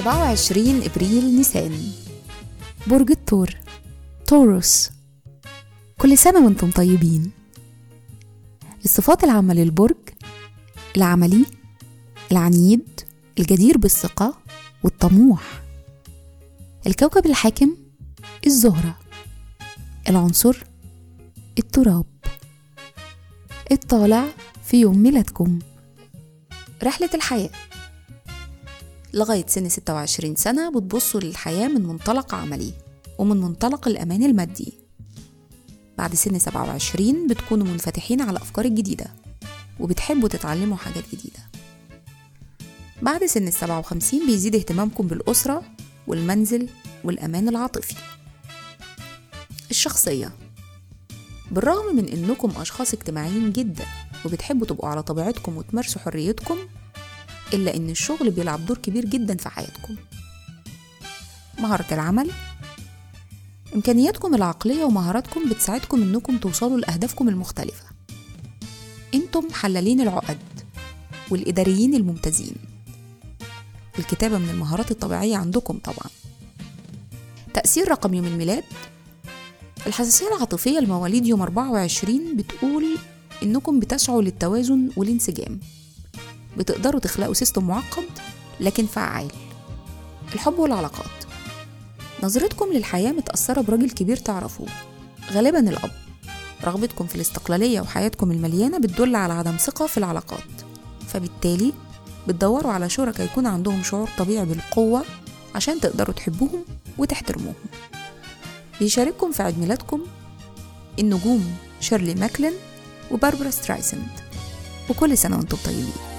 27 إبريل نيسان. برج الثور، توروس. كل سنة وانتم طيبين. الصفات العامة للبرج: العملي، العنيد، الجدير بالثقة والطموح. الكوكب الحاكم الزهرة. العنصر التراب. الطالع في يوم ميلادكم. رحلة الحياة: لغاية سن 26 سنة بتبصوا للحياة من منطلق عملي ومن منطلق الأمان المادي. بعد سن 27 بتكونوا منفتحين على الأفكار الجديدة وبتحبوا تتعلموا حاجات جديدة. بعد سن 57 بيزيد اهتمامكم بالأسرة والمنزل والأمان العاطفي. الشخصية: بالرغم من أنكم أشخاص اجتماعيين جدا وبتحبوا تبقوا على طبيعتكم وتمارسوا حريتكم، إلا أن الشغل بيلعب دور كبير جدا في حياتكم. مهارة العمل: إمكانياتكم العقلية ومهاراتكم بتساعدكم أنكم توصلوا لأهدافكم المختلفة. أنتم حلالين العقد والإداريين الممتازين. الكتابة من المهارات الطبيعية عندكم طبعا. تأثير رقم يوم الميلاد: الحساسية العاطفية لمواليد يوم 24 بتقول إنكم بتسعوا للتوازن والانسجام. بتقدروا تخلقوا سيستم معقد لكن فعال. الحب والعلاقات: نظرتكم للحياة متأثرة براجل كبير تعرفوه، غالبا الأب. رغبتكم في الاستقلالية وحياتكم المليانة بتدل على عدم ثقة في العلاقات، فبالتالي بتدوروا على شركاء يكون عندهم شعور طبيعي بالقوة عشان تقدروا تحبوهم وتحترموهم. بيشارككم في عيد ميلادكم النجوم شيرلي ماكلين وباربرا سترايسند. وكل سنة وانتم طيبين.